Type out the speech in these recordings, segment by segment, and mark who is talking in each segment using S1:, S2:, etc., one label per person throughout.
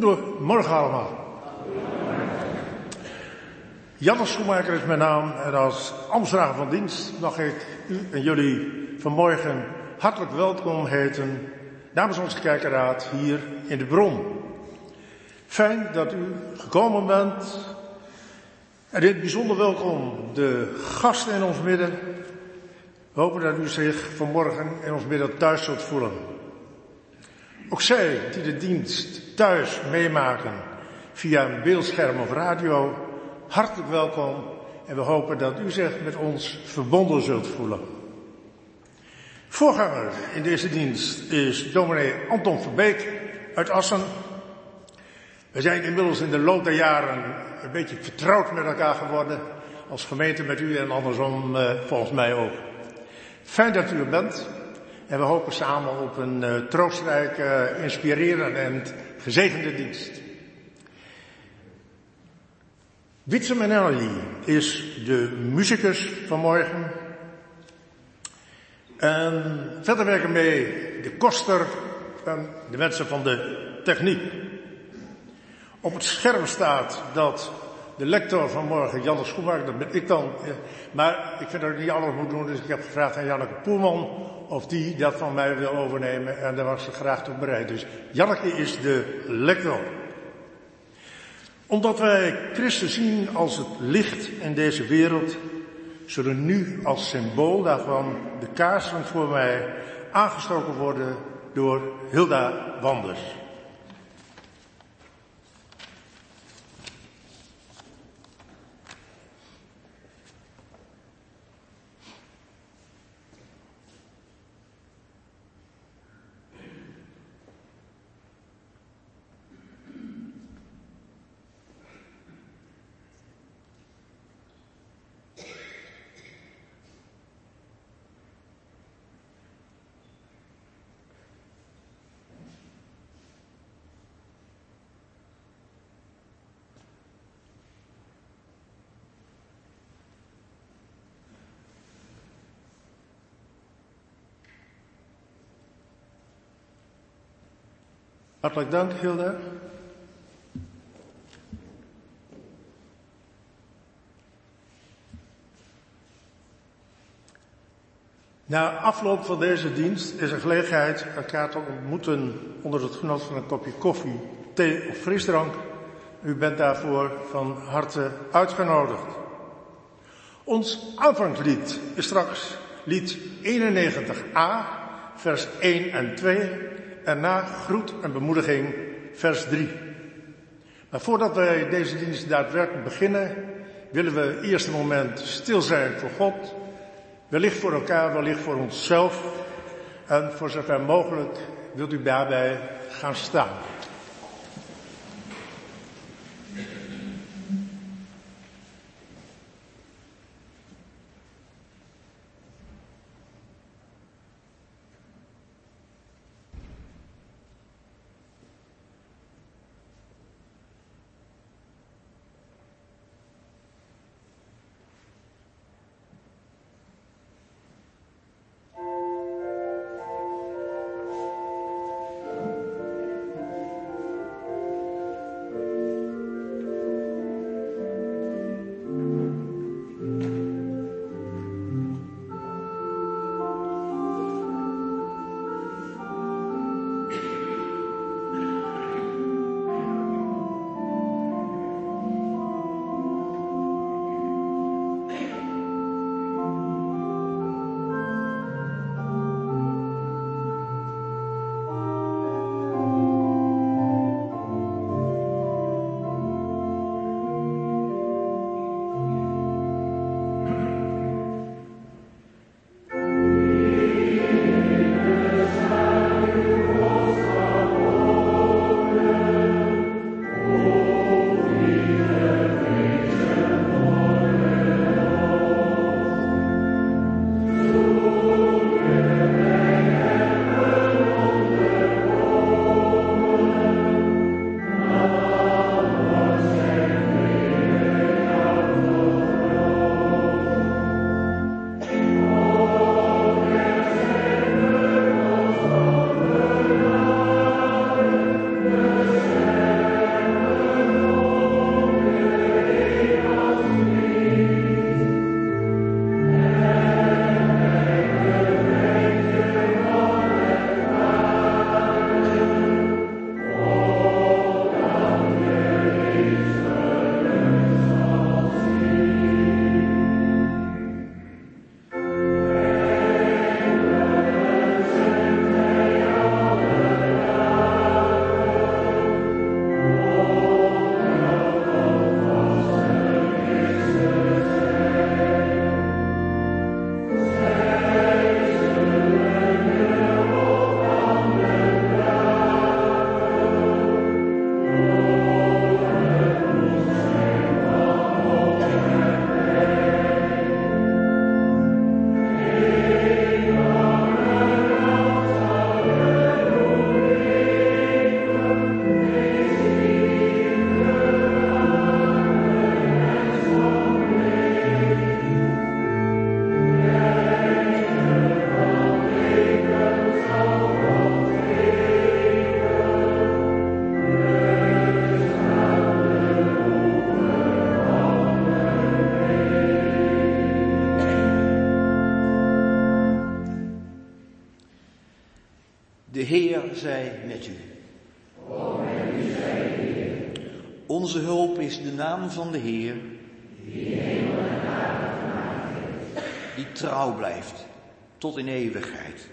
S1: Goedemorgen allemaal. Janne Schoenmaker is mijn naam en als ambtsdrager van dienst mag ik u en jullie vanmorgen hartelijk welkom heten namens onze kerkenraad hier in de Bron. Fijn dat u gekomen bent en in het bijzonder welkom de gasten in ons midden. We hopen dat u zich vanmorgen in ons midden thuis zult voelen. Ook zij die de dienst thuis meemaken via een beeldscherm of radio, hartelijk welkom en we hopen dat u zich met ons verbonden zult voelen. Voorganger in deze dienst is dominee Anton Verbeek uit Assen. We zijn inmiddels in de loop der jaren een beetje vertrouwd met elkaar geworden, als gemeente met u en andersom volgens mij ook. Fijn dat u er bent en we hopen samen op een troostrijke, inspirerende en gezegende dienst. Wietse Manelli is de muzikus vanmorgen. En verder werken mee de koster en de mensen van de techniek. Op het scherm staat dat de lector vanmorgen, Janne Schoenmaker, dat ben ik dan. Maar ik vind dat ik niet alles moet doen, dus ik heb gevraagd aan Janneke Poelman of die dat van mij wil overnemen. En daar was ze graag toe bereid. Dus Janneke is de lector. Omdat wij Christus zien als het licht in deze wereld, zullen nu als symbool daarvan de kaarsen voor mij aangestoken worden door Hilda Wanders. Hartelijk dank, Hilda. Na afloop van deze dienst is er gelegenheid elkaar te ontmoeten onder het genot van een kopje koffie, thee of frisdrank. U bent daarvoor van harte uitgenodigd. Ons aanvangslied is straks lied 91a, vers 1 en 2. En na groet en bemoediging vers 3. Maar voordat wij deze dienst daadwerkelijk beginnen, willen we eerst een moment stil zijn voor God. Wellicht voor elkaar, wellicht voor onszelf. En voor zover mogelijk wilt u daarbij gaan staan.
S2: De Heer zij met u. Onze hulp is de naam van de Heer, die trouw blijft tot in eeuwigheid.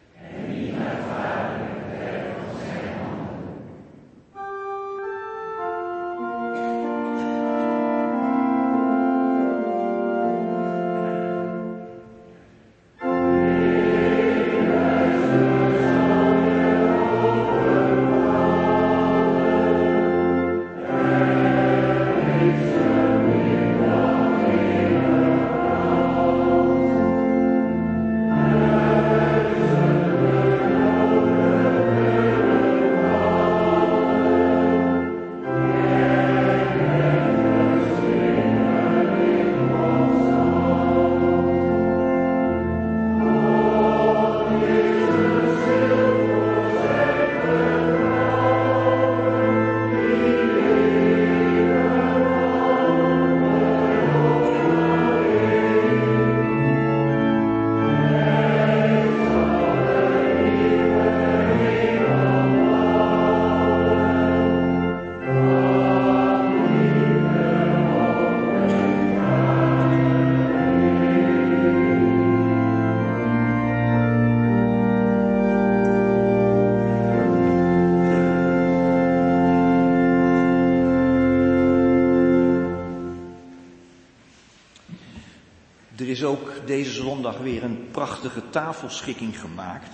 S2: Er is ook deze zondag weer een prachtige tafelschikking gemaakt.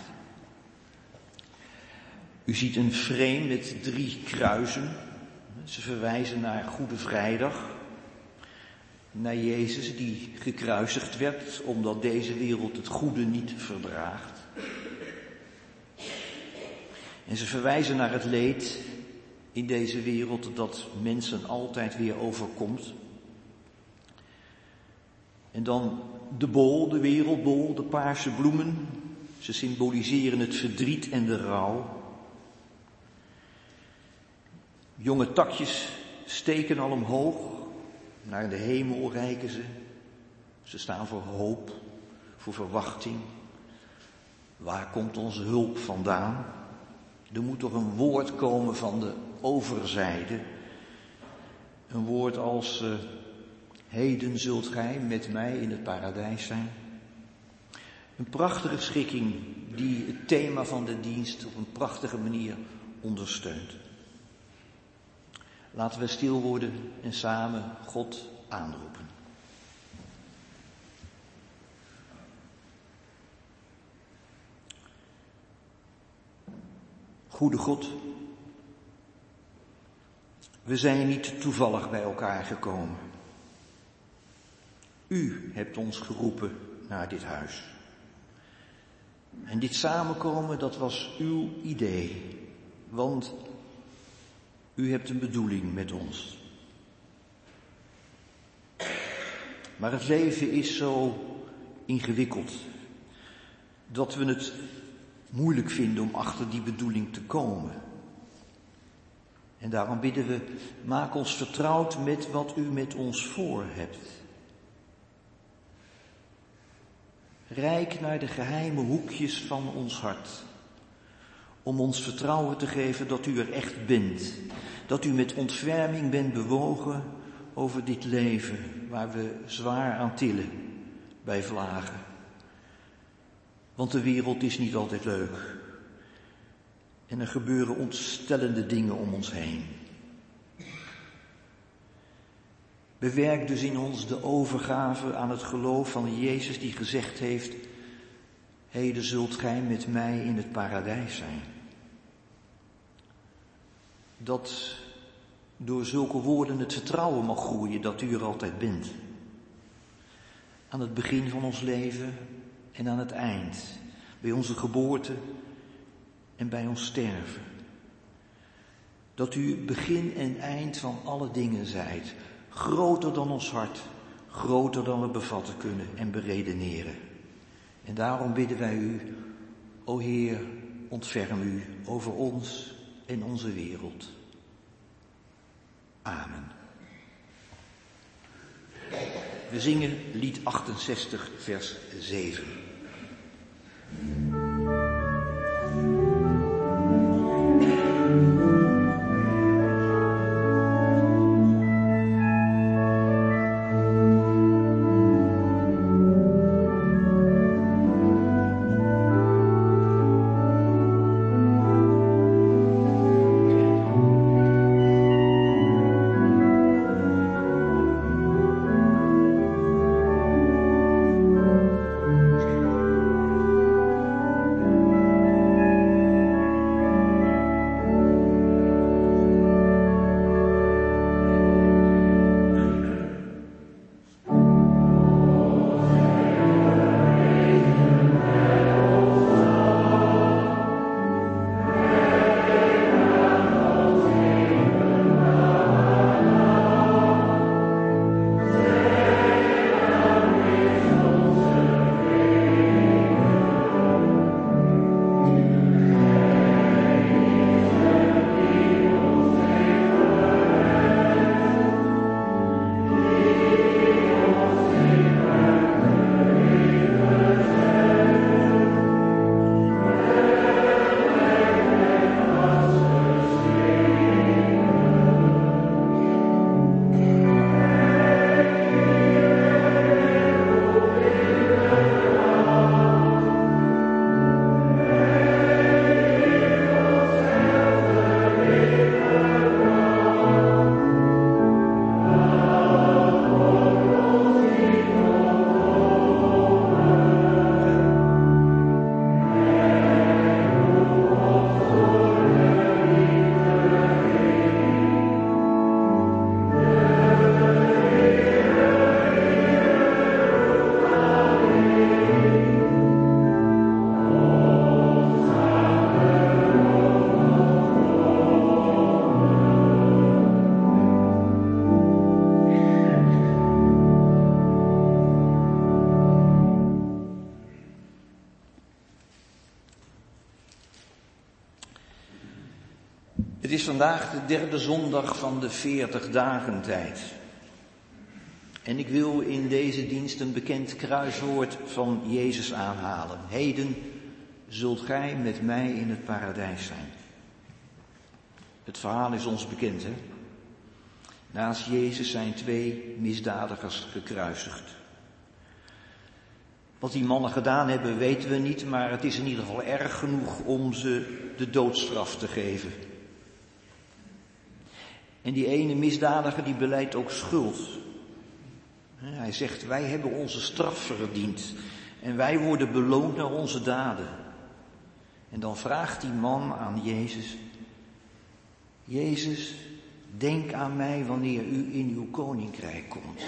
S2: U ziet een frame met 3 kruisen. Ze verwijzen naar Goede Vrijdag. Naar Jezus die gekruisigd werd omdat deze wereld het goede niet verdraagt. En ze verwijzen naar het leed in deze wereld dat mensen altijd weer overkomt. En dan de bol, de wereldbol, de paarse bloemen. Ze symboliseren het verdriet en de rouw. Jonge takjes steken al omhoog. Naar de hemel reiken ze. Ze staan voor hoop, voor verwachting. Waar komt onze hulp vandaan? Er moet toch een woord komen van de overzijde. Een woord als heden zult gij met mij in het paradijs zijn. Een prachtige schikking die het thema van de dienst op een prachtige manier ondersteunt. Laten we stil worden en samen God aanroepen. Goede God, we zijn niet toevallig bij elkaar gekomen. U hebt ons geroepen naar dit huis. En dit samenkomen, dat was uw idee, want u hebt een bedoeling met ons. Maar het leven is zo ingewikkeld dat we het moeilijk vinden om achter die bedoeling te komen. En daarom bidden we, maak ons vertrouwd met wat u met ons voor hebt. Reik naar de geheime hoekjes van ons hart, om ons vertrouwen te geven dat u er echt bent. Dat u met ontferming bent bewogen over dit leven waar we zwaar aan tillen bij vlagen. Want de wereld is niet altijd leuk. En er gebeuren ontstellende dingen om ons heen. Bewerk dus in ons de overgave aan het geloof van Jezus die gezegd heeft, heden zult gij met mij in het paradijs zijn. Dat door zulke woorden het vertrouwen mag groeien dat u er altijd bent. Aan het begin van ons leven en aan het eind. Bij onze geboorte en bij ons sterven. Dat u begin en eind van alle dingen zijt. Groter dan ons hart, groter dan we bevatten kunnen en beredeneren. En daarom bidden wij u, o Heer, ontferm u over ons en onze wereld. Amen. We zingen lied 68, vers 7. Het is vandaag de derde zondag van de 40 dagen tijd. En ik wil in deze dienst een bekend kruiswoord van Jezus aanhalen. Heden zult gij met mij in het paradijs zijn. Het verhaal is ons bekend, hè? Naast Jezus zijn 2 misdadigers gekruisigd. Wat die mannen gedaan hebben weten we niet, maar het is in ieder geval erg genoeg om ze de doodstraf te geven. En die ene misdadiger die belijdt ook schuld. Hij zegt, wij hebben onze straf verdiend en wij worden beloond naar onze daden. En dan vraagt die man aan Jezus, Jezus, denk aan mij wanneer u in uw koninkrijk komt.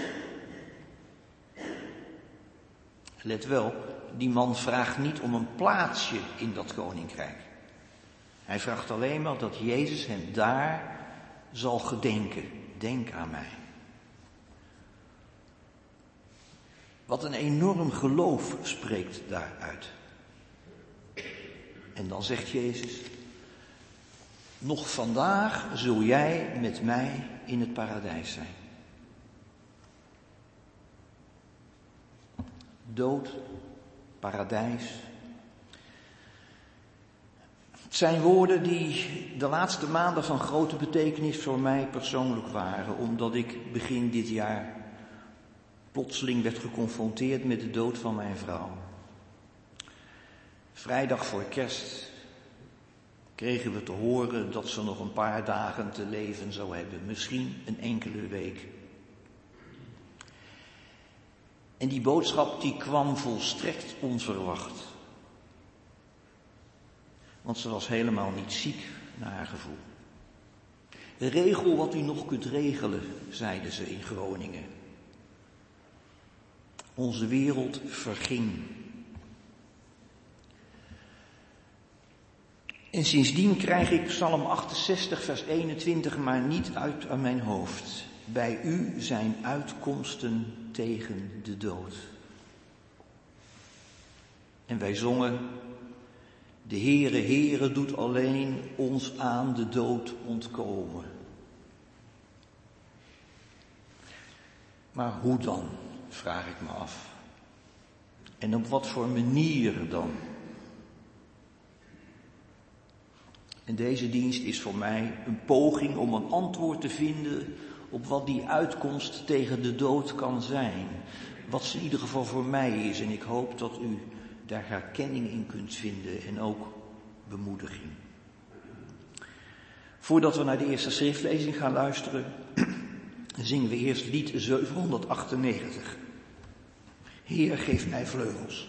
S2: Let wel, die man vraagt niet om een plaatsje in dat koninkrijk. Hij vraagt alleen maar dat Jezus hem daar zal gedenken. Denk aan mij. Wat een enorm geloof spreekt daaruit. En dan zegt Jezus, nog vandaag zul jij met mij in het paradijs zijn. Dood, paradijs. Het zijn woorden die de laatste maanden van grote betekenis voor mij persoonlijk waren, omdat ik begin dit jaar plotseling werd geconfronteerd met de dood van mijn vrouw. Vrijdag voor kerst kregen we te horen dat ze nog een paar dagen te leven zou hebben, misschien een enkele week. En die boodschap die kwam volstrekt onverwacht. Want ze was helemaal niet ziek naar haar gevoel. Regel wat u nog kunt regelen, zeiden ze in Groningen. Onze wereld verging. En sindsdien krijg ik Psalm 68 vers 21 maar niet uit aan mijn hoofd. Bij u zijn uitkomsten tegen de dood. En wij zongen, de Heere, Heere doet alleen ons aan de dood ontkomen. Maar hoe dan, vraag ik me af. En op wat voor manier dan? En deze dienst is voor mij een poging om een antwoord te vinden op wat die uitkomst tegen de dood kan zijn. Wat ze in ieder geval voor mij is. En ik hoop dat u daar herkenning in kunt vinden en ook bemoediging. Voordat we naar de eerste schriftlezing gaan luisteren, zingen we eerst lied 798. Heer, geef mij vleugels.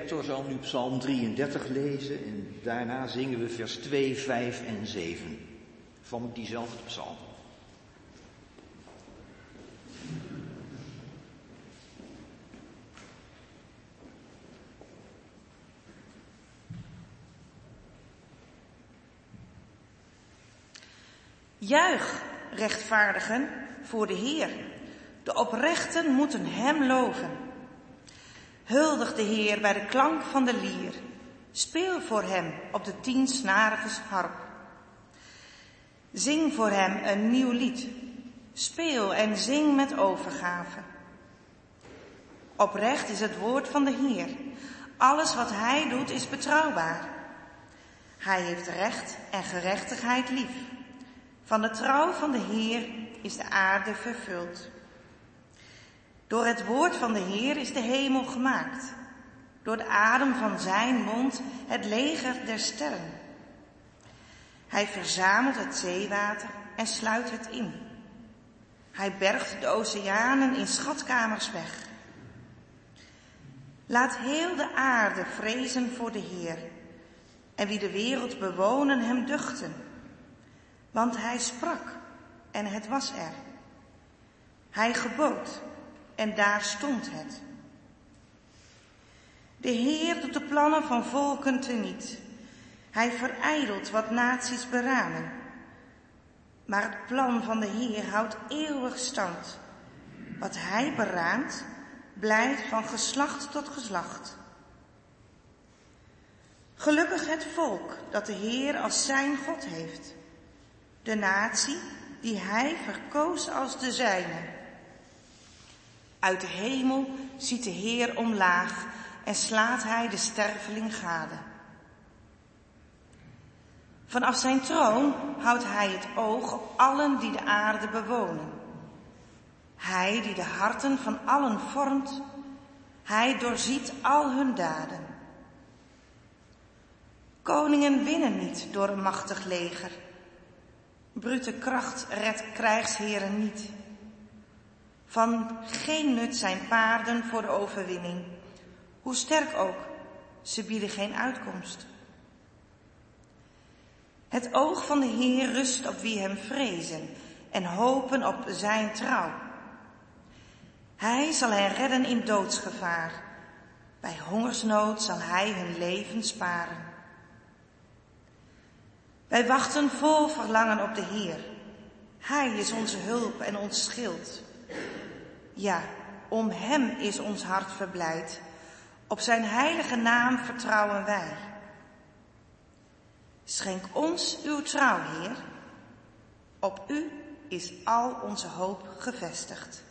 S2: Hector zal nu Psalm 33 lezen en daarna zingen we vers 2, 5 en 7 van diezelfde psalm.
S3: Juich, rechtvaardigen, voor de Heer. De oprechten moeten hem loven. Huldig de Heer bij de klank van de lier. Speel voor hem op de 10-snarige harp. Zing voor hem een nieuw lied. Speel en zing met overgave. Oprecht is het woord van de Heer. Alles wat hij doet is betrouwbaar. Hij heeft recht en gerechtigheid lief. Van de trouw van de Heer is de aarde vervuld. Door het woord van de Heer is de hemel gemaakt. Door de adem van zijn mond het leger der sterren. Hij verzamelt het zeewater en sluit het in. Hij bergt de oceanen in schatkamers weg. Laat heel de aarde vrezen voor de Heer. En wie de wereld bewonen hem duchten. Want hij sprak en het was er. Hij gebood en daar stond het. De Heer doet de plannen van volken teniet. Hij verijdelt wat naties beramen. Maar het plan van de Heer houdt eeuwig stand. Wat hij beraamt, blijft van geslacht tot geslacht. Gelukkig het volk dat de Heer als zijn God heeft. De natie die hij verkoos als de zijne. Uit de hemel ziet de Heer omlaag en slaat hij de sterveling gade. Vanaf zijn troon houdt hij het oog op allen die de aarde bewonen. Hij die de harten van allen vormt, hij doorziet al hun daden. Koningen winnen niet door een machtig leger. Brute kracht redt krijgsheren niet. Van geen nut zijn paarden voor de overwinning. Hoe sterk ook, ze bieden geen uitkomst. Het oog van de Heer rust op wie hem vrezen en hopen op zijn trouw. Hij zal hen redden in doodsgevaar. Bij hongersnood zal hij hun leven sparen. Wij wachten vol verlangen op de Heer. Hij is onze hulp en ons schild. Ja, om hem is ons hart verblijd. Op zijn heilige naam vertrouwen wij. Schenk ons uw trouw, Heer. Op u is al onze hoop gevestigd.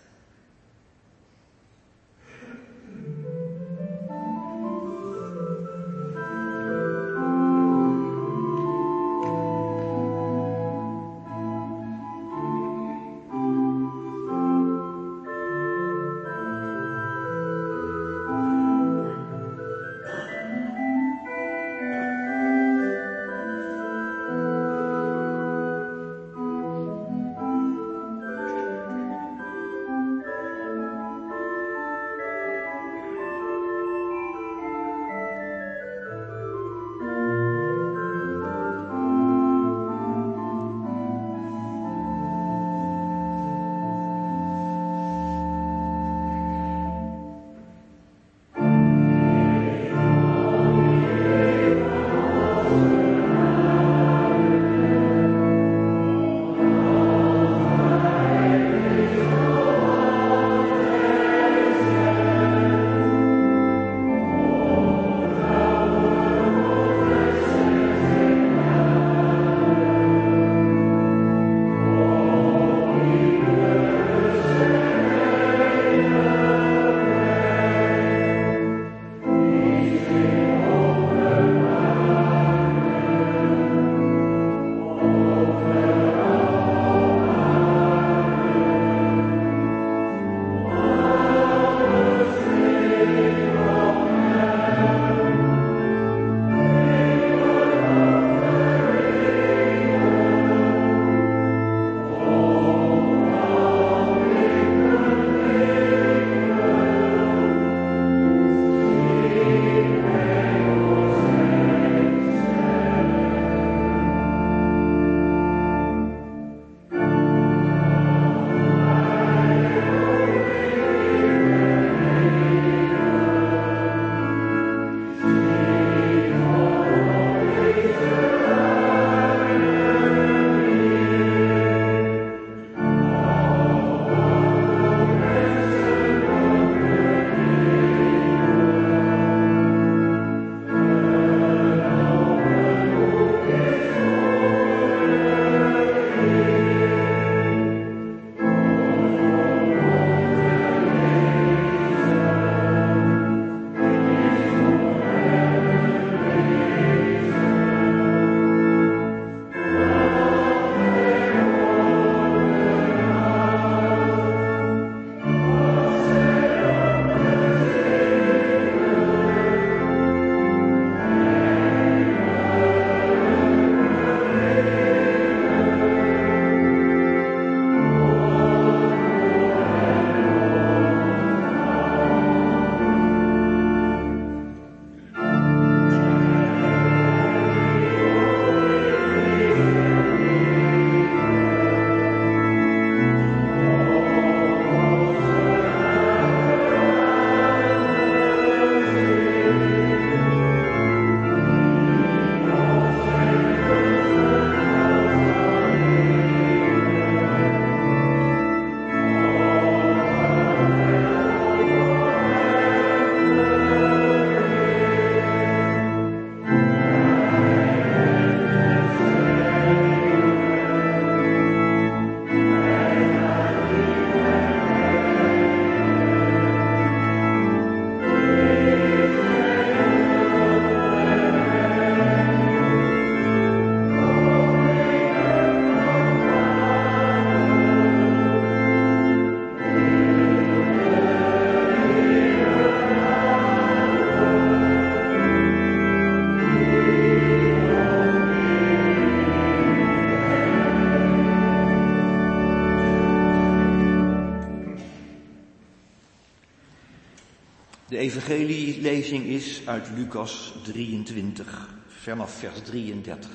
S2: evangelielezing is uit Lucas 23, vanaf vers 33.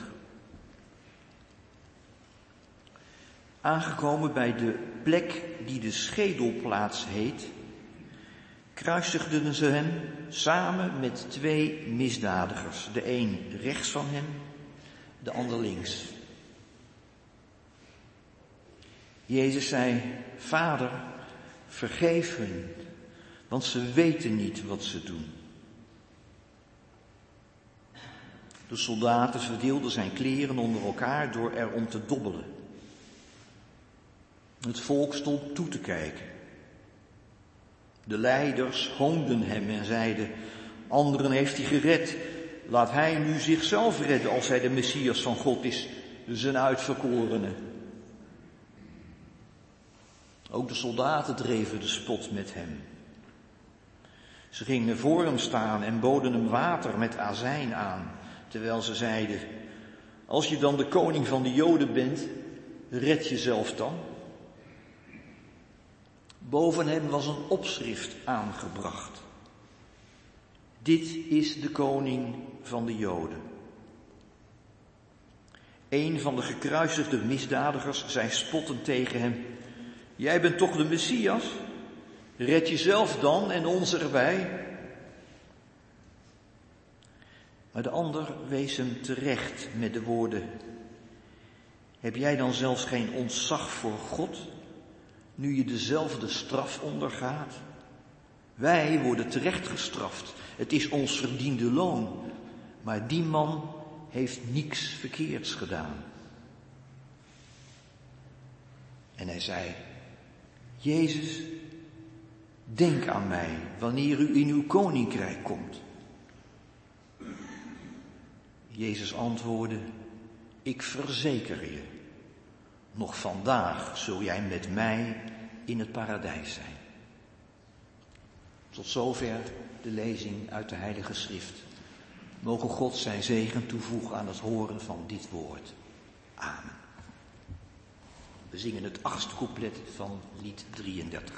S2: Aangekomen bij de plek die de Schedelplaats heet, kruisigden ze hem samen met 2 misdadigers. De een rechts van hem, de ander links. Jezus zei, Vader, vergeef hun, want ze weten niet wat ze doen. De soldaten verdeelden zijn kleren onder elkaar door erom te dobbelen. Het volk stond toe te kijken. De leiders hoonden hem en zeiden, anderen heeft hij gered. Laat hij nu zichzelf redden als hij de Messias van God is, zijn uitverkorene. Ook de soldaten dreven de spot met hem. Ze gingen voor hem staan en boden hem water met azijn aan, terwijl ze zeiden, als je dan de koning van de Joden bent, red jezelf dan. Boven hem was een opschrift aangebracht. Dit is de koning van de Joden. Een van de gekruisigde misdadigers zei spottend tegen hem, jij bent toch de Messias? Red jezelf dan en ons erbij. Maar de ander wees hem terecht met de woorden, heb jij dan zelfs geen ontzag voor God, nu je dezelfde straf ondergaat? Wij worden terecht gestraft. Het is ons verdiende loon. Maar die man heeft niks verkeerds gedaan. En hij zei, Jezus, denk aan mij wanneer u in uw koninkrijk komt. Jezus antwoordde, ik verzeker je, nog vandaag zul jij met mij in het paradijs zijn. Tot zover de lezing uit de Heilige Schrift. Mogen God zijn zegen toevoegen aan het horen van dit woord. Amen. We zingen het 8e couplet van lied 33.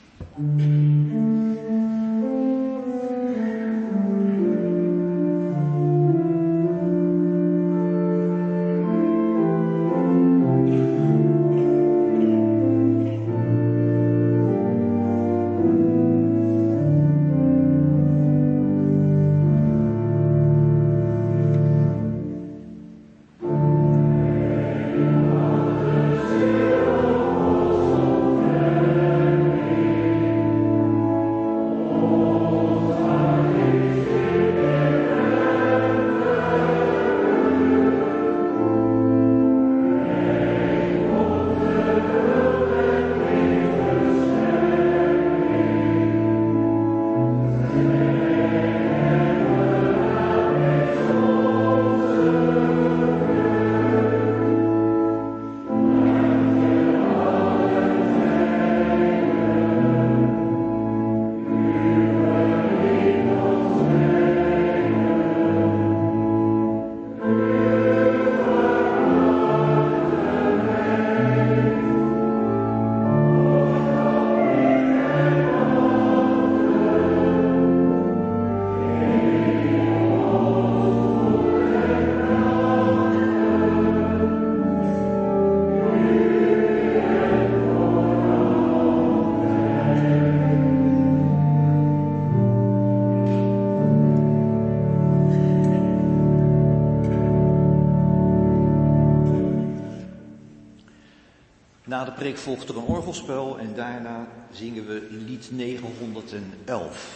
S2: Na de preek volgt er een orgelspel en daarna zingen we lied 911.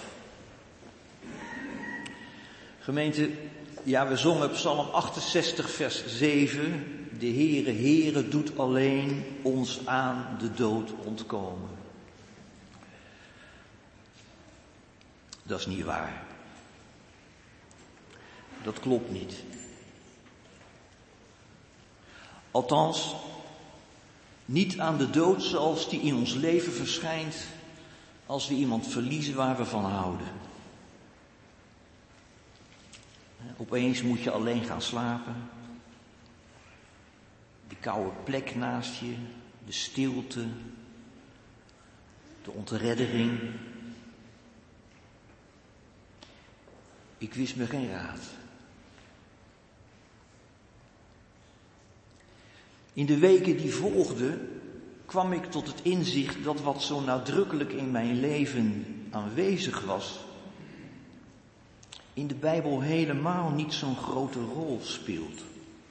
S2: Gemeente, ja, we zongen Psalm 68 vers 7. De Heere doet alleen ons aan de dood ontkomen. Dat is niet waar. Dat klopt niet. Althans, niet aan de dood zoals die in ons leven verschijnt als we iemand verliezen waar we van houden. Opeens moet je alleen gaan slapen. Die koude plek naast je, de stilte, de ontreddering. Ik wist me geen raad. In de weken die volgden kwam ik tot het inzicht dat wat zo nadrukkelijk in mijn leven aanwezig was, in de Bijbel helemaal niet zo'n grote rol speelt.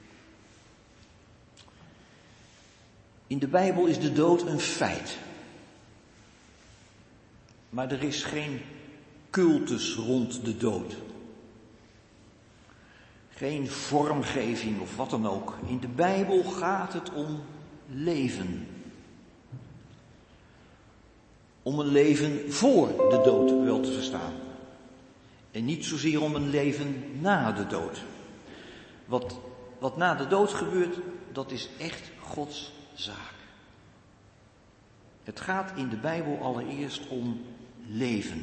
S2: In de Bijbel is de dood een feit. Maar er is geen cultus rond de dood. Geen vormgeving of wat dan ook. In de Bijbel gaat het om leven. Om een leven voor de dood wel te verstaan. En niet zozeer om een leven na de dood. Wat na de dood gebeurt, dat is echt Gods zaak. Het gaat in de Bijbel allereerst om leven.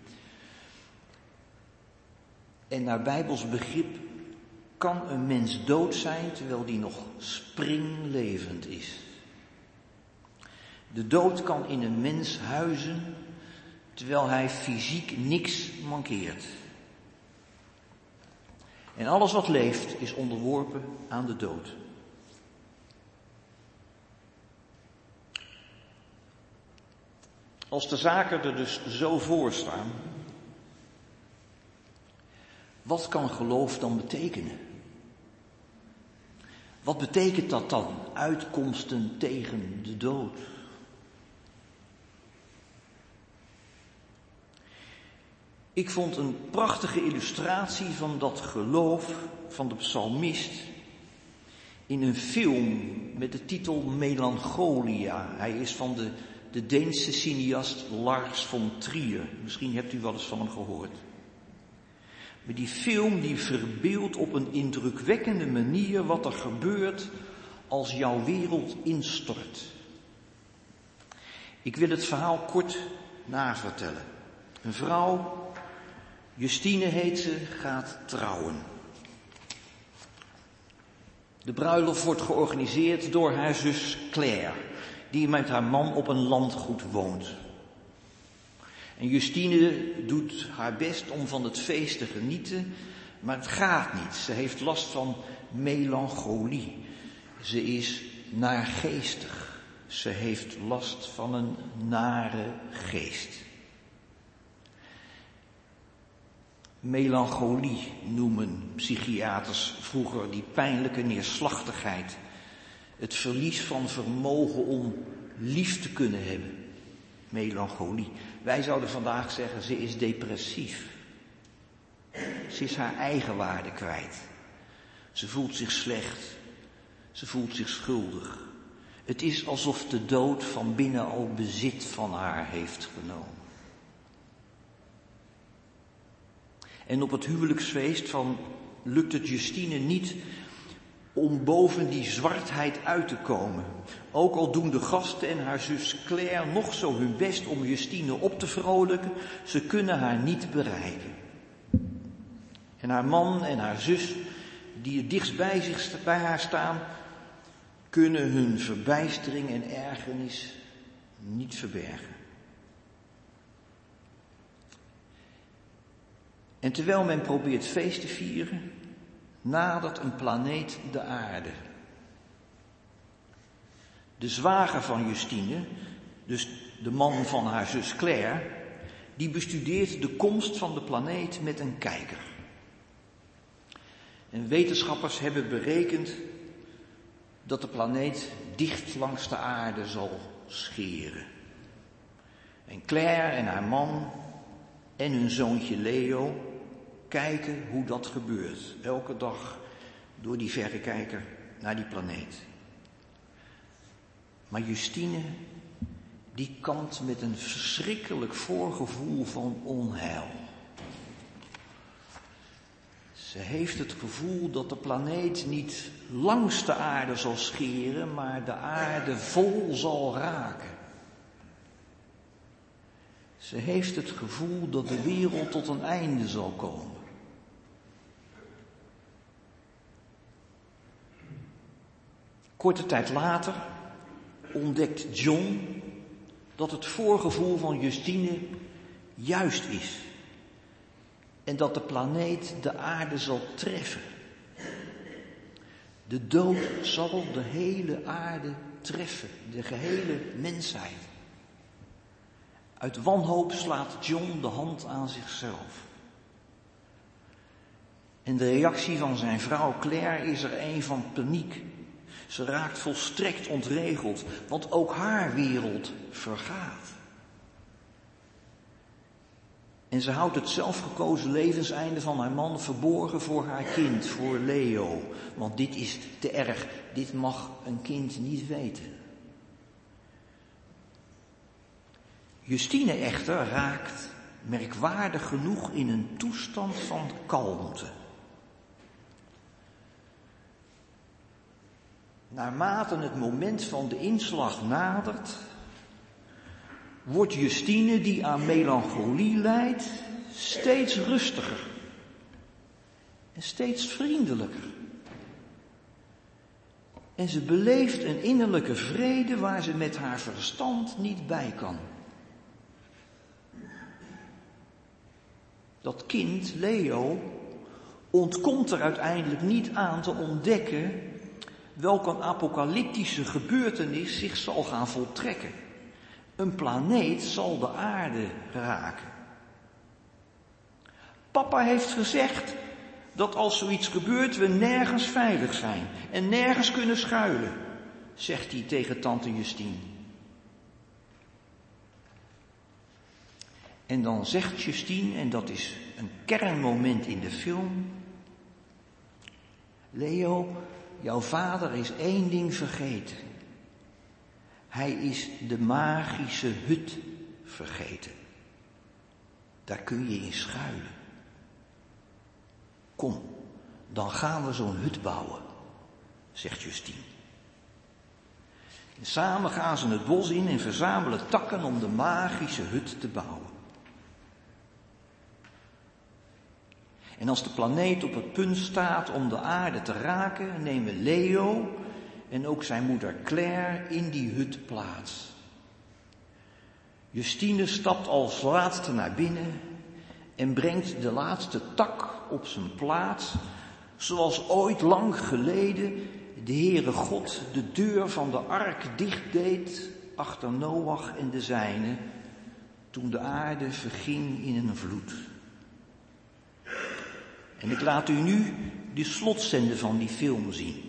S2: En naar Bijbels begrip kan een mens dood zijn terwijl die nog springlevend is. De dood kan in een mens huizen terwijl hij fysiek niks mankeert. En alles wat leeft is onderworpen aan de dood. Als de zaken er dus zo voor staan, wat kan geloof dan betekenen? Wat betekent dat dan, uitkomsten tegen de dood? Ik vond een prachtige illustratie van dat geloof van de psalmist in een film met de titel Melancholia. Hij is van de Deense cineast Lars von Trier. Misschien hebt u wel eens van hem gehoord. Maar die film die verbeeldt op een indrukwekkende manier wat er gebeurt als jouw wereld instort. Ik wil het verhaal kort navertellen. Een vrouw, Justine heet ze, gaat trouwen. De bruiloft wordt georganiseerd door haar zus Claire, die met haar man op een landgoed woont. En Justine doet haar best om van het feest te genieten, maar het gaat niet. Ze heeft last van melancholie. Ze is naargeestig. Ze heeft last van een nare geest. Melancholie noemen psychiaters vroeger die pijnlijke neerslachtigheid. Het verlies van vermogen om lief te kunnen hebben. Melancholie. Wij zouden vandaag zeggen, ze is depressief. Ze is haar eigenwaarde kwijt. Ze voelt zich slecht. Ze voelt zich schuldig. Het is alsof de dood van binnen al bezit van haar heeft genomen. En op het huwelijksfeest lukt het Justine niet om boven die zwartheid uit te komen. Ook al doen de gasten en haar zus Claire nog zo hun best om Justine op te vrolijken, ze kunnen haar niet bereiken. En haar man en haar zus, die het dichtst bij haar staan, kunnen hun verbijstering en ergernis niet verbergen. En terwijl men probeert feest te vieren, nadert een planeet de aarde. De zwager van Justine, dus de man van haar zus Claire, die bestudeert de komst van de planeet met een kijker. En wetenschappers hebben berekend dat de planeet dicht langs de aarde zal scheren. En Claire en haar man en hun zoontje Leo kijken hoe dat gebeurt. Elke dag door die verrekijker naar die planeet. Maar Justine, die kampt met een verschrikkelijk voorgevoel van onheil. Ze heeft het gevoel dat de planeet niet langs de aarde zal scheren, maar de aarde vol zal raken. Ze heeft het gevoel dat de wereld tot een einde zal komen. Korte tijd later ontdekt John dat het voorgevoel van Justine juist is. en dat de planeet de aarde zal treffen. De dood zal de hele aarde treffen, de gehele mensheid. Uit wanhoop slaat John de hand aan zichzelf. En de reactie van zijn vrouw Claire is er een van paniek. Ze raakt volstrekt ontregeld, want ook haar wereld vergaat. En ze houdt het zelfgekozen levenseinde van haar man verborgen voor haar kind, voor Leo. Want dit is te erg, dit mag een kind niet weten. Justine echter raakt merkwaardig genoeg in een toestand van kalmte. Naarmate het moment van de inslag nadert, wordt Justine, die aan melancholie lijdt, steeds rustiger en steeds vriendelijker. En ze beleeft een innerlijke vrede waar ze met haar verstand niet bij kan. Dat kind, Leo, ontkomt er uiteindelijk niet aan te ontdekken welke een apocalyptische gebeurtenis zich zal gaan voltrekken. Een planeet zal de aarde raken. Papa heeft gezegd dat als zoiets gebeurt we nergens veilig zijn en nergens kunnen schuilen, zegt hij tegen tante Justine. En dan zegt Justine, en dat is een kernmoment in de film: Leo, jouw vader is één ding vergeten. Hij is de magische hut vergeten. Daar kun je in schuilen. Kom, dan gaan we zo'n hut bouwen, zegt Justine. En samen gaan ze het bos in en verzamelen takken om de magische hut te bouwen. En als de planeet op het punt staat om de aarde te raken, nemen Leo en ook zijn moeder Claire in die hut plaats. Justine stapt als laatste naar binnen en brengt de laatste tak op zijn plaats, zoals ooit lang geleden de Heere God de deur van de ark dichtdeed achter Noach en de zijnen, toen de aarde verging in een vloed. En ik laat u nu de slotscène van die film zien.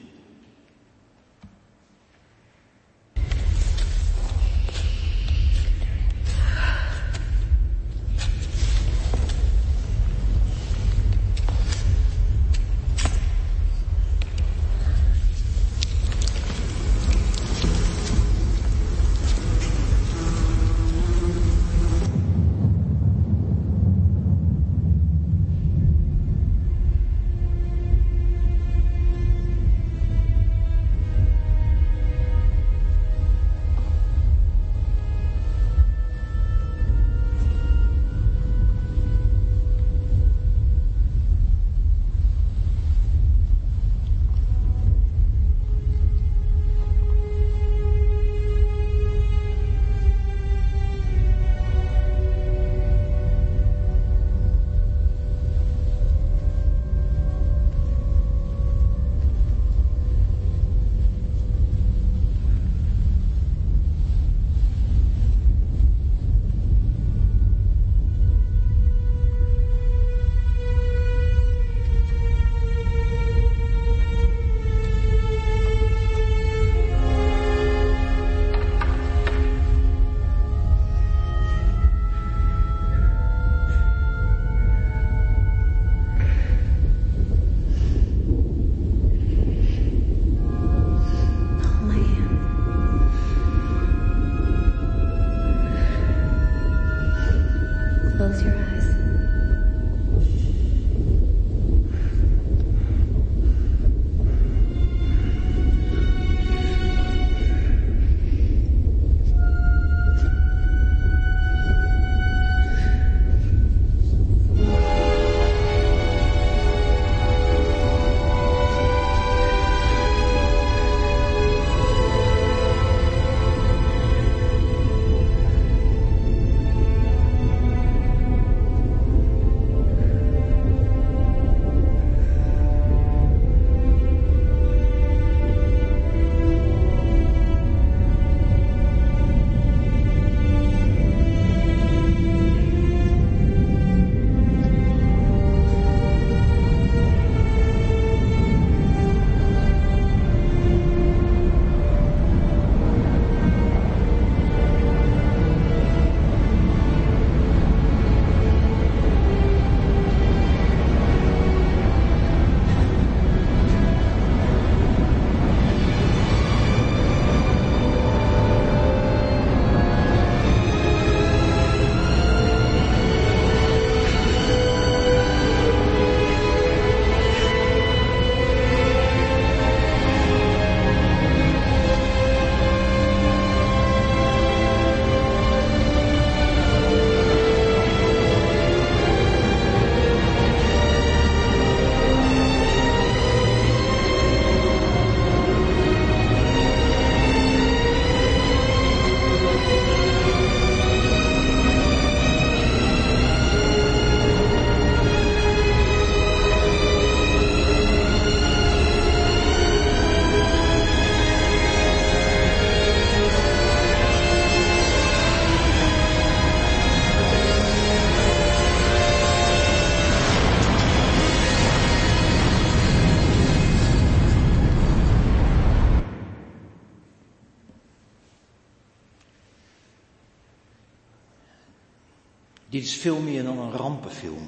S2: Dit is veel meer dan een rampenfilm.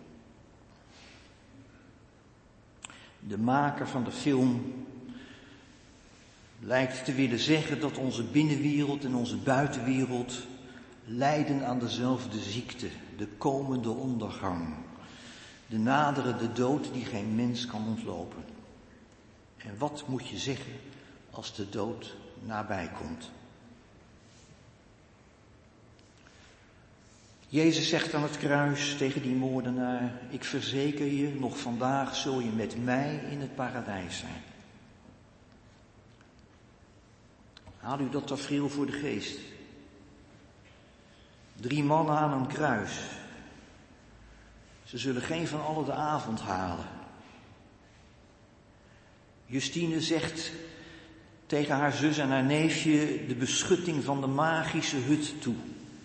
S2: De maker van de film lijkt te willen zeggen dat onze binnenwereld en onze buitenwereld lijden aan dezelfde ziekte, de komende ondergang, de naderende dood die geen mens kan ontlopen. En wat moet je zeggen als de dood nabij komt? Jezus zegt aan het kruis tegen die moordenaar: ik verzeker je, nog vandaag zul je met mij in het paradijs zijn. Haal u dat tafereel voor de geest. 3 mannen aan een kruis. Ze zullen geen van allen de avond halen. Justine zegt tegen haar zus en haar neefje de beschutting van de magische hut toe.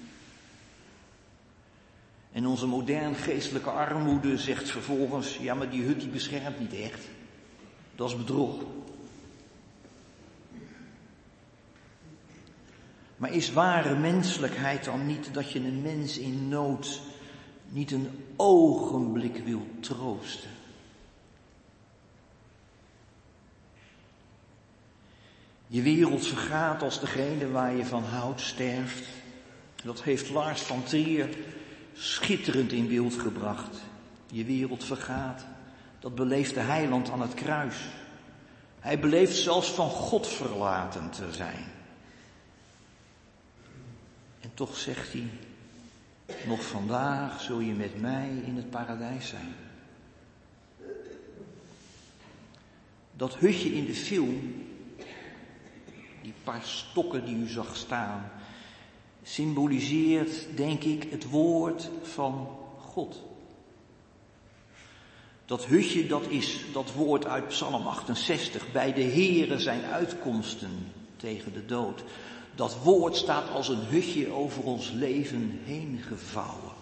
S2: En onze modern geestelijke armoede zegt vervolgens: ja, maar die hut die beschermt niet echt. Dat is bedrog. Maar is ware menselijkheid dan niet dat je een mens in nood niet een ogenblik wil troosten? Je wereld vergaat als degene waar je van houdt sterft. Dat heeft Lars van Trier schitterend in beeld gebracht. Je wereld vergaat. Dat beleeft de heiland aan het kruis. Hij beleeft zelfs van God verlaten te zijn. En toch zegt hij: nog vandaag zul je met mij in het paradijs zijn. Dat hutje in de film, die paar stokken die u zag staan, symboliseert, denk ik, het woord van God. Dat hutje, dat is dat woord uit Psalm 68. Bij de Heere zijn uitkomsten tegen de dood. Dat woord staat als een hutje over ons leven heen gevouwen.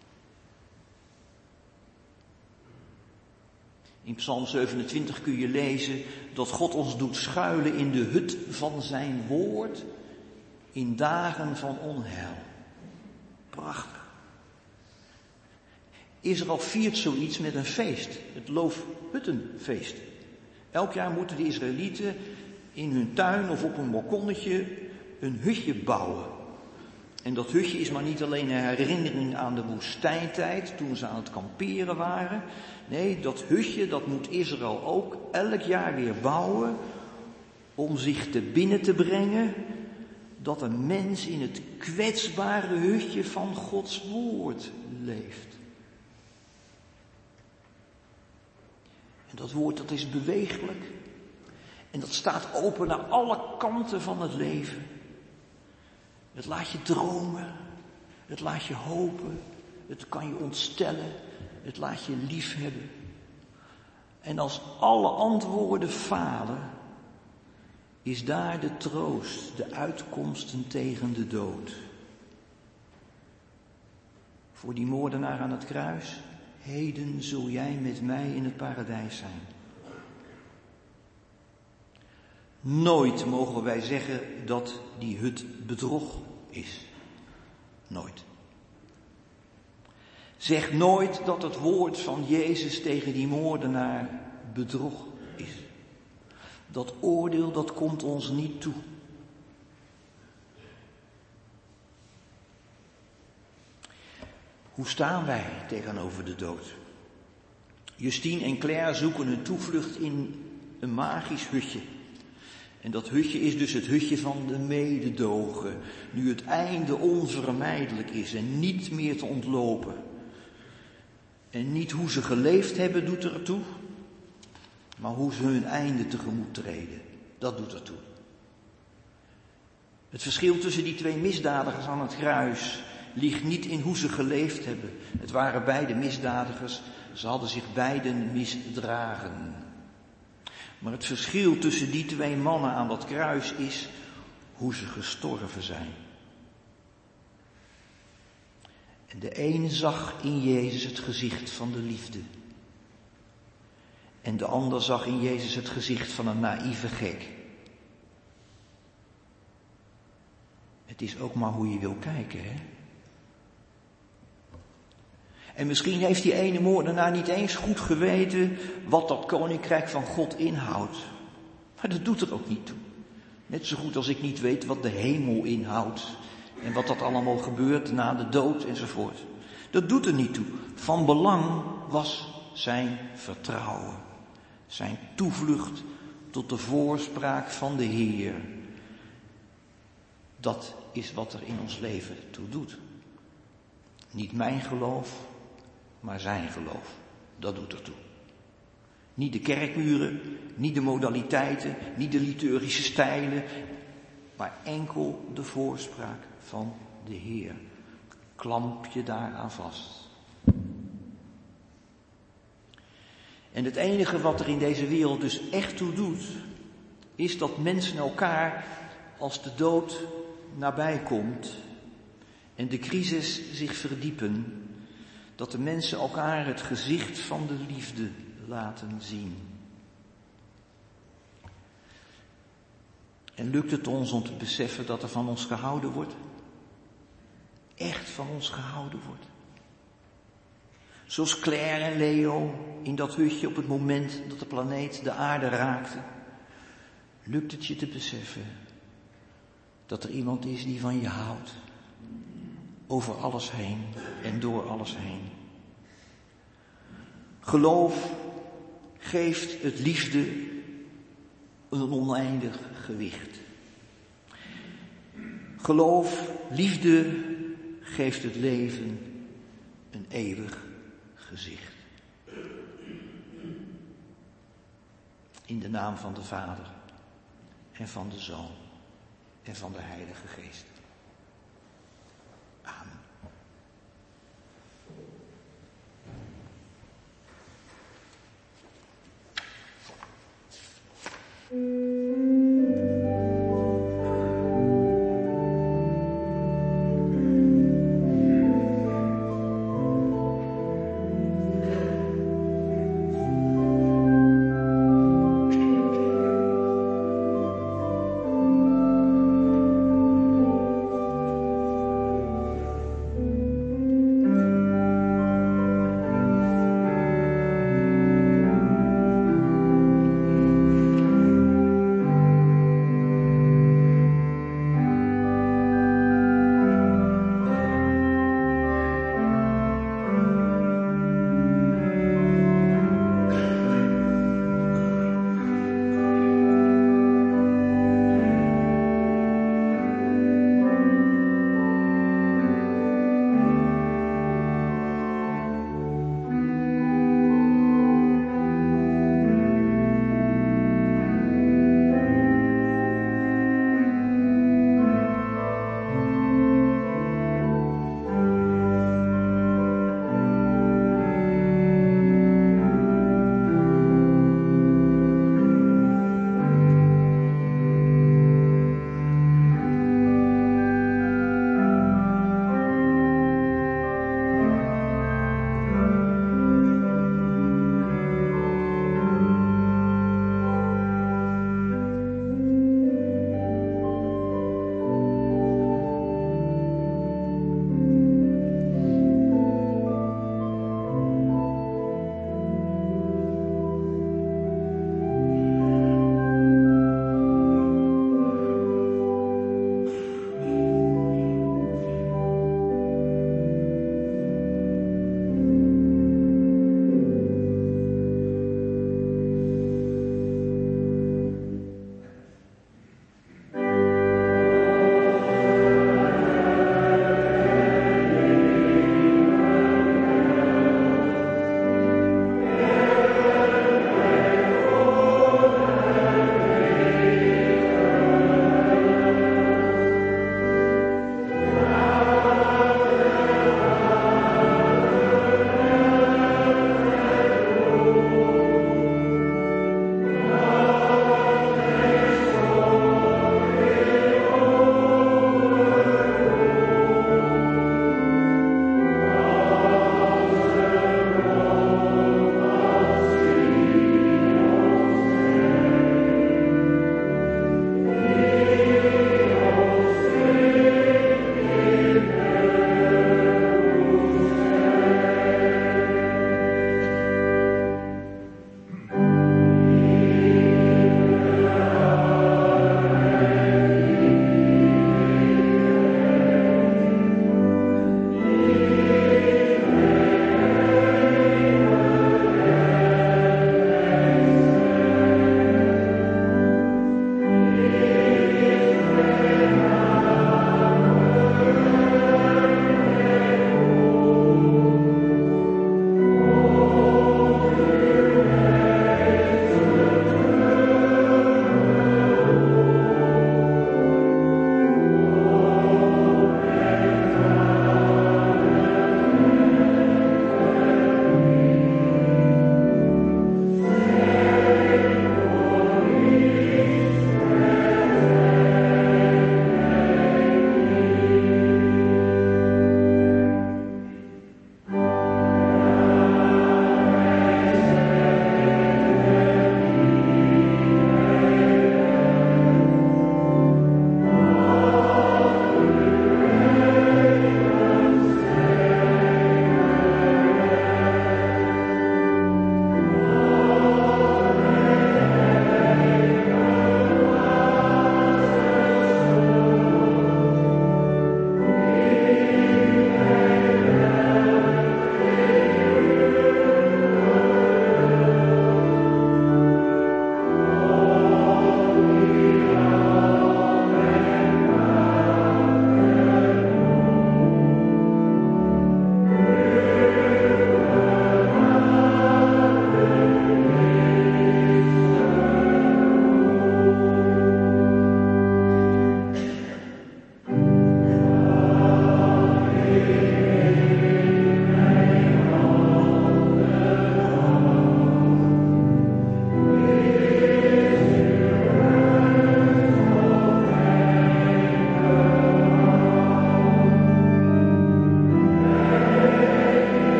S2: In Psalm 27 kun je lezen dat God ons doet schuilen in de hut van zijn woord in dagen van onheil. Prachtig. Israël viert zoiets met een feest, het Loofhuttenfeest. Elk jaar moeten de Israëlieten in hun tuin of op een balkonnetje een hutje bouwen. En dat hutje is maar niet alleen een herinnering aan de woestijntijd, toen ze aan het kamperen waren. Nee, dat hutje, dat moet Israël ook elk jaar weer bouwen om zich te binnen te brengen dat een mens in het kwetsbare hutje van Gods woord leeft. En dat woord, dat is bewegelijk. En dat staat open naar alle kanten van het leven. Het laat je dromen. Het laat je hopen. Het kan je ontstellen. Het laat je liefhebben. En als alle antwoorden falen, is daar de troost, de uitkomsten tegen de dood. Voor die moordenaar aan het kruis: heden zul jij met mij in het paradijs zijn. Nooit mogen wij zeggen dat die hut bedrog is. Nooit. Zeg nooit dat het woord van Jezus tegen die moordenaar bedrog is. Dat oordeel, dat komt ons niet toe. Hoe staan wij tegenover de dood? Justine en Claire zoeken hun toevlucht in een magisch hutje. En dat hutje is dus het hutje van de mededogen, nu het einde onvermijdelijk is en niet meer te ontlopen. En niet hoe ze geleefd hebben doet ertoe, maar hoe ze hun einde tegemoet treden, dat doet ertoe. Het verschil tussen die 2 misdadigers aan het kruis ligt niet in hoe ze geleefd hebben. Het waren beide misdadigers, ze hadden zich beiden misdragen. Maar het verschil tussen die 2 mannen aan dat kruis is hoe ze gestorven zijn. En de een zag in Jezus het gezicht van de liefde. En de ander zag in Jezus het gezicht van een naïeve gek. Het is ook maar hoe je wil kijken, hè? En misschien heeft die ene moordenaar niet eens goed geweten wat dat koninkrijk van God inhoudt. Maar dat doet er ook niet toe. Net zo goed als ik niet weet wat de hemel inhoudt. En wat dat allemaal gebeurt na de dood enzovoort. Dat doet er niet toe. Van belang was zijn vertrouwen. Zijn toevlucht tot de voorspraak van de Heer. Dat is wat er in ons leven toe doet. Niet mijn geloof, maar zijn geloof. Dat doet er toe. Niet de kerkmuren, niet de modaliteiten, niet de liturgische stijlen, maar enkel de voorspraak van de Heer. Klamp je daaraan vast. En het enige wat er in deze wereld dus echt toe doet, is dat mensen elkaar, als de dood nabij komt en de crisis zich verdiepen, dat de mensen elkaar het gezicht van de liefde laten zien. En lukt het ons om te beseffen dat er van ons gehouden wordt? Echt van ons gehouden wordt. Zoals Claire en Leo in dat hutje op het moment dat de planeet de aarde raakte. Lukt het je te beseffen dat er iemand is die van je houdt? Over alles heen en door alles heen. Geloof geeft het liefde een oneindig gewicht. Geloof, liefde geeft het leven een eeuwig gezicht. In de naam van de Vader en van de Zoon en van de Heilige Geest. Amen.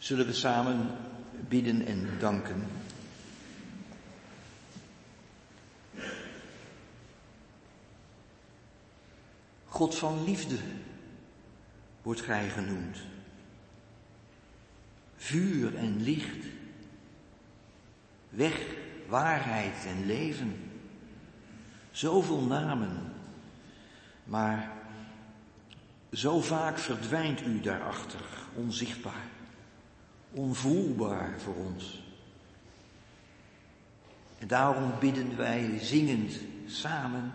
S2: Zullen we samen bidden en danken. God van liefde wordt gij genoemd. Vuur en licht. Weg, waarheid en leven. Zoveel namen, maar zo vaak verdwijnt u daarachter, onzichtbaar, onvoelbaar voor ons. En daarom bidden wij zingend samen.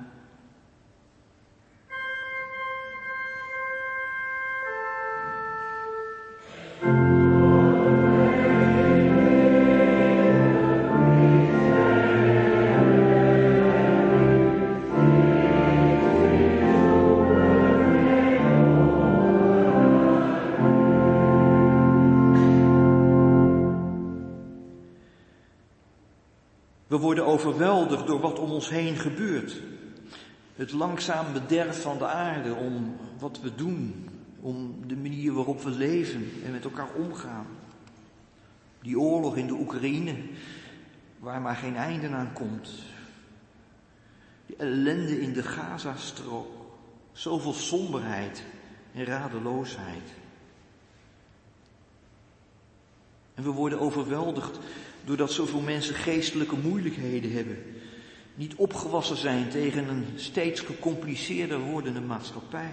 S2: We worden overweldigd door wat om ons heen gebeurt. Het langzaam bederf van de aarde, om wat we doen, om de manier waarop we leven en met elkaar omgaan. Die oorlog in de Oekraïne, waar maar geen einde aan komt. Die ellende in de Gazastrook, zoveel somberheid en radeloosheid. En we worden overweldigd doordat zoveel mensen geestelijke moeilijkheden hebben, niet opgewassen zijn tegen een steeds gecompliceerder wordende maatschappij.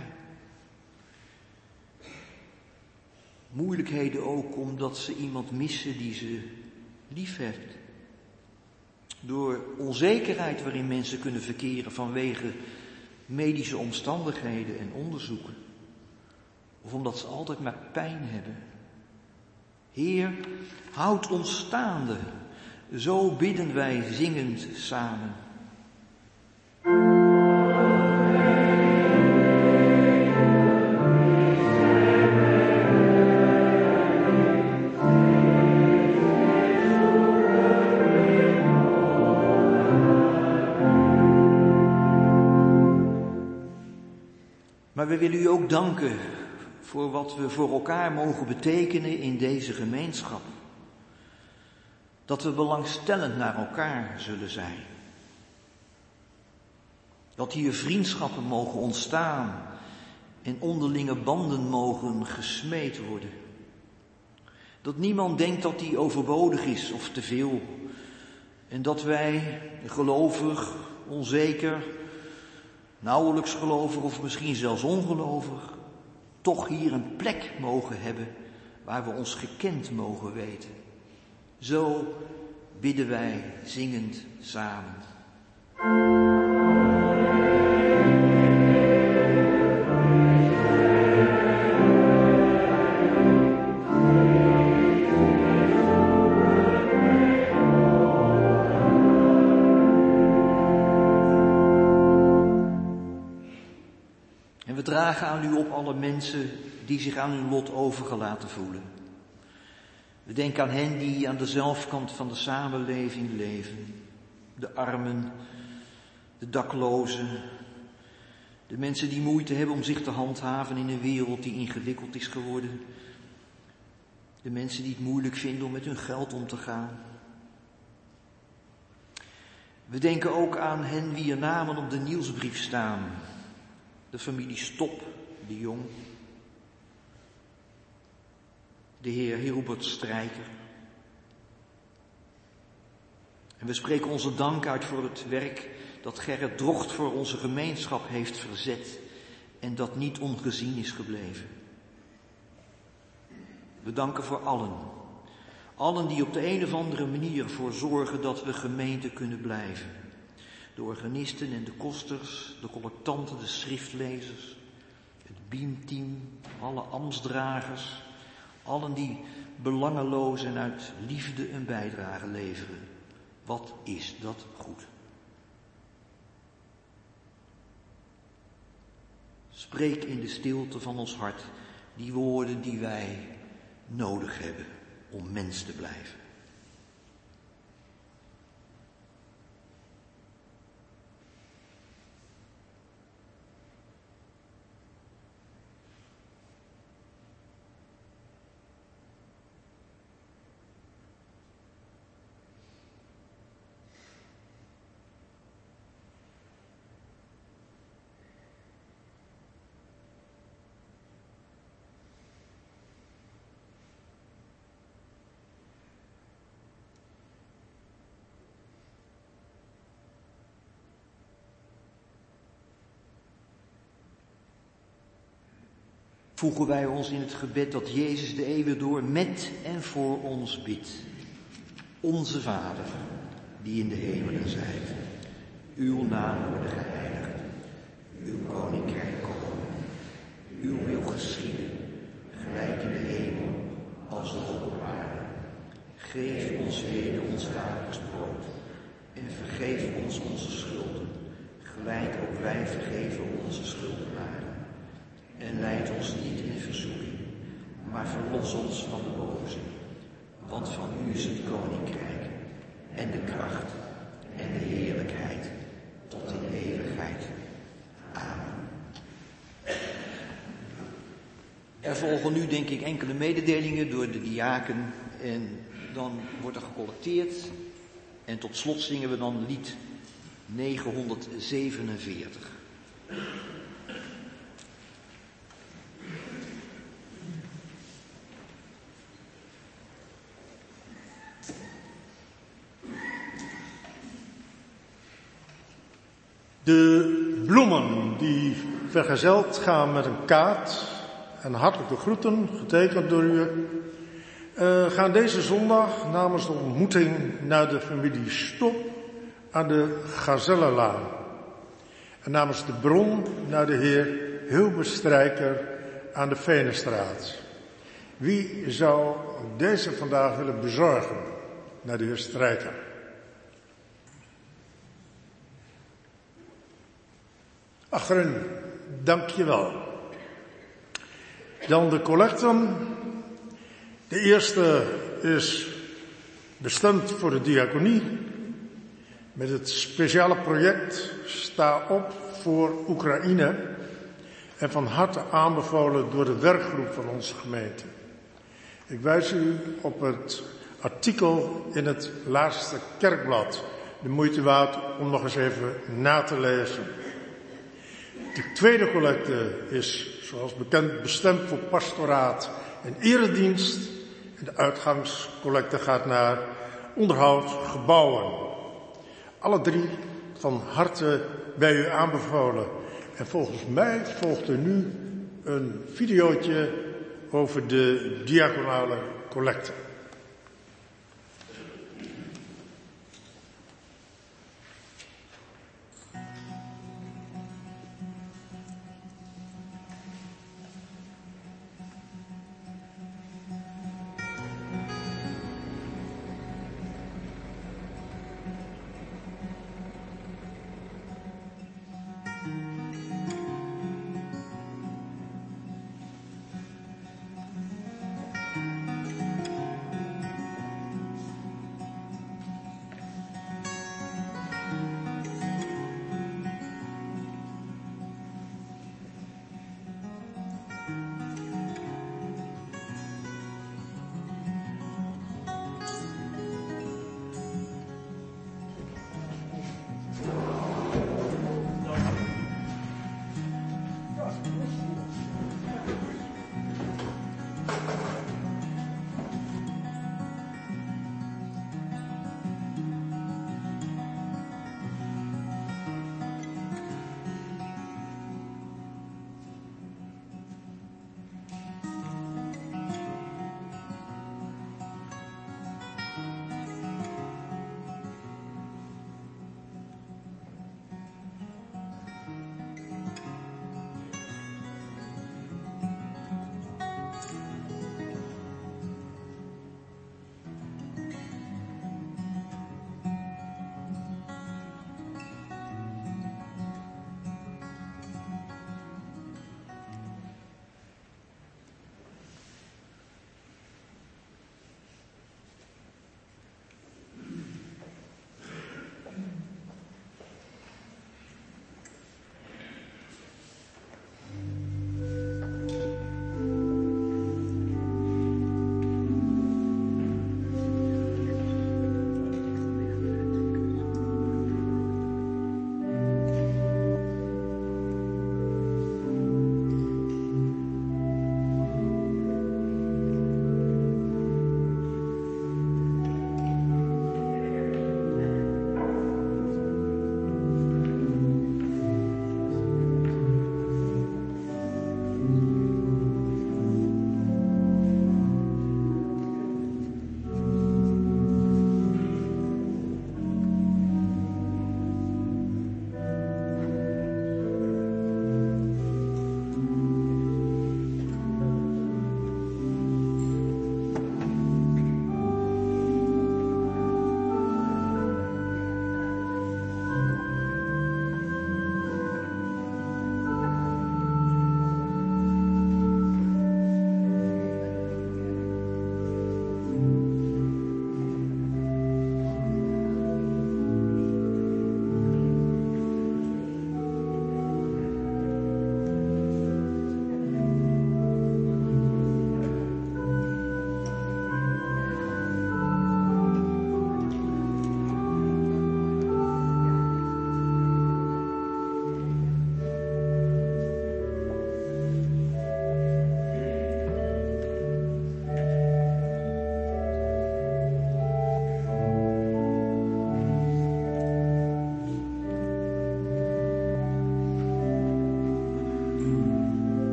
S2: Moeilijkheden ook omdat ze iemand missen die ze lief heeft. Door onzekerheid waarin mensen kunnen verkeren vanwege medische omstandigheden en onderzoeken. Of omdat ze altijd maar pijn hebben. Heer, houd ons staande. Zo bidden wij zingend samen. Maar we willen u ook danken voor wat we voor elkaar mogen betekenen in deze gemeenschap. Dat we belangstellend naar elkaar zullen zijn. Dat hier vriendschappen mogen ontstaan en onderlinge banden mogen gesmeed worden. Dat niemand denkt dat die overbodig is of te veel. En dat wij, gelovig, onzeker, nauwelijks gelovig of misschien zelfs ongelovig, toch hier een plek mogen hebben waar we ons gekend mogen weten. Zo bidden wij zingend samen. En we dragen aan u op alle mensen die zich aan hun lot overgelaten voelen. We denken aan hen die aan de zelfkant van de samenleving leven. De armen, de daklozen, de mensen die moeite hebben om zich te handhaven in een wereld die ingewikkeld is geworden. De mensen die het moeilijk vinden om met hun geld om te gaan. We denken ook aan hen wie er namen op de nieuwsbrief staan. De familie Stop, de Jong. De heer Hilbert Strijker. En we spreken onze dank uit voor het werk dat Gerrit Drocht voor onze gemeenschap heeft verzet en dat niet ongezien is gebleven. We danken voor allen. Allen die op de een of andere manier ervoor zorgen dat we gemeente kunnen blijven. De organisten en de kosters, de collectanten, de schriftlezers, het beamteam, alle ambtsdragers, allen die belangeloos en uit liefde een bijdrage leveren. Wat is dat goed? Spreek in de stilte van ons hart die woorden die wij nodig hebben om mens te blijven. voegen wij ons in het gebed dat Jezus de eeuwen door met en voor ons bidt. Onze Vader, die in de hemelen zijt, uw naam worden geheiligd, uw koninkrijk komen, uw wil geschieden, gelijk in de hemel als ook op aarde. Geef ons heden ons dagelijks brood en vergeef ons onze schulden, gelijk ook wij vergeven onze schuldenaren. En leid ons niet in verzoeking, maar verlos ons van de boze. Want van u is het koninkrijk en de kracht en de heerlijkheid tot in eeuwigheid. Amen. Er volgen nu denk ik enkele mededelingen door de diaken en dan wordt er gecollecteerd. En tot slot zingen we dan lied 947.
S1: De bloemen die vergezeld gaan met een kaart en hartelijke groeten, getekend door u, gaan deze zondag namens de ontmoeting naar de familie Stop aan de Gazellenlaan. En namens de bron naar de heer Hilbestrijker aan de Venestraat. Wie zou deze vandaag willen bezorgen naar de heer Strijker? Achterin, dankjewel. Dan de collecten. De eerste is bestemd voor de diaconie. Met het speciale project Sta op voor Oekraïne. En van harte aanbevolen door de werkgroep van onze gemeente. Ik wijs u op het artikel in het laatste kerkblad. De moeite waard om nog eens even na te lezen. De tweede collecte is, zoals bekend, bestemd voor pastoraat en eredienst. En de uitgangscollecte gaat naar onderhoud gebouwen. Alle drie van harte bij u aanbevolen. En volgens mij volgt er nu een videootje over de diaconale collecte.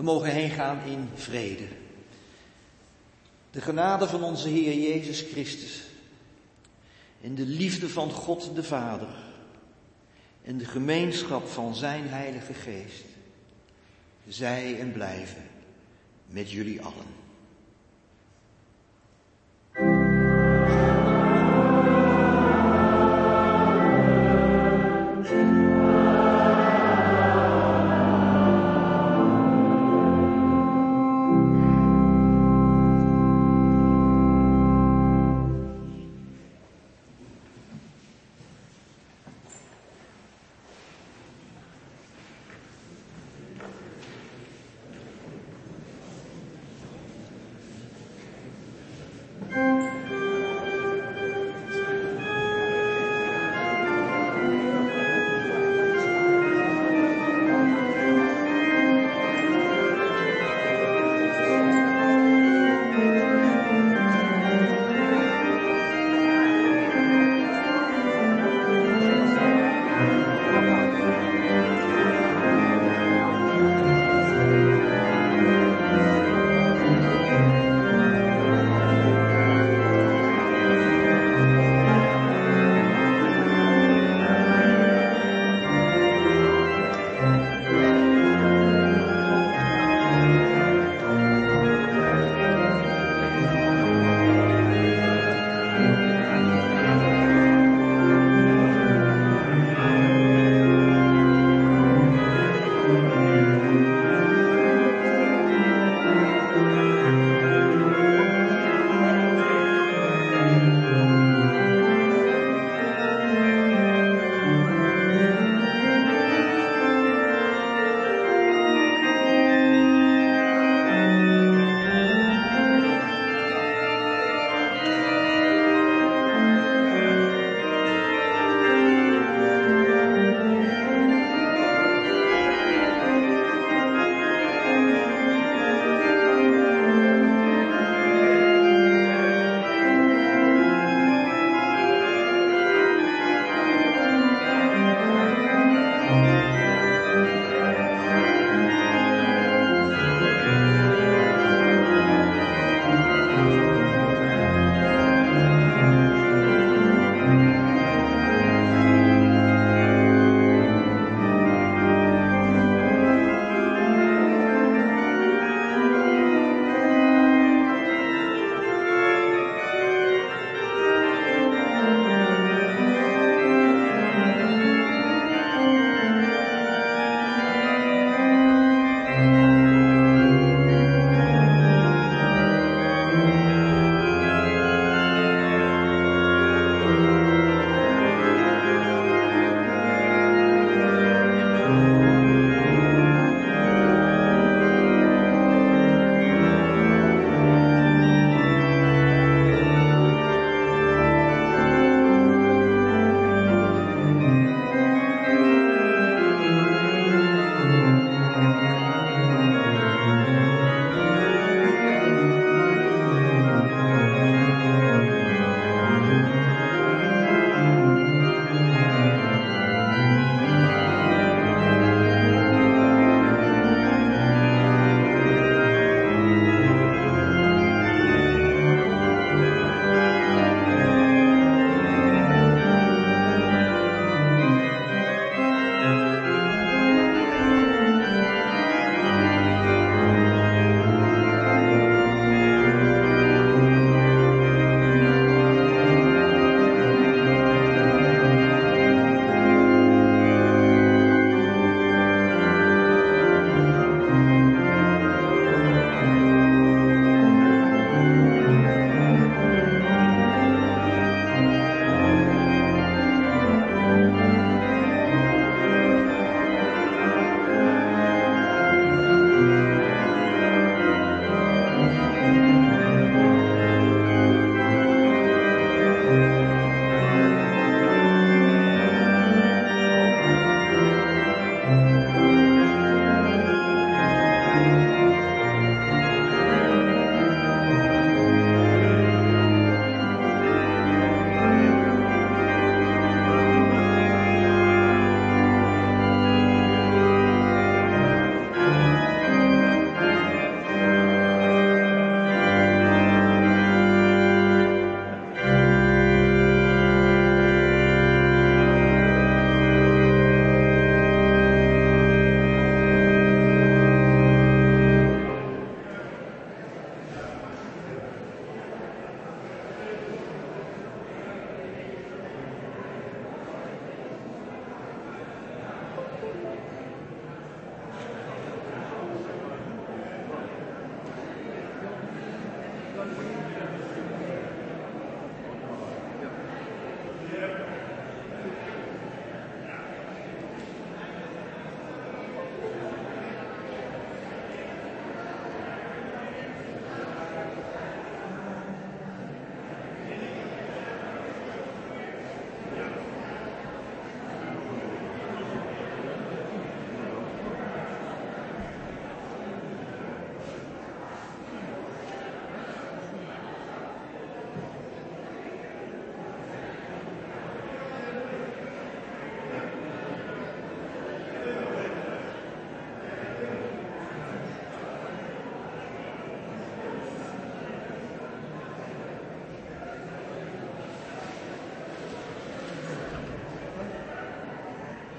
S2: mogen heen gaan in vrede. De genade van onze Heer Jezus Christus en de liefde van God de Vader en de gemeenschap van zijn Heilige Geest, zij en blijven met jullie allen.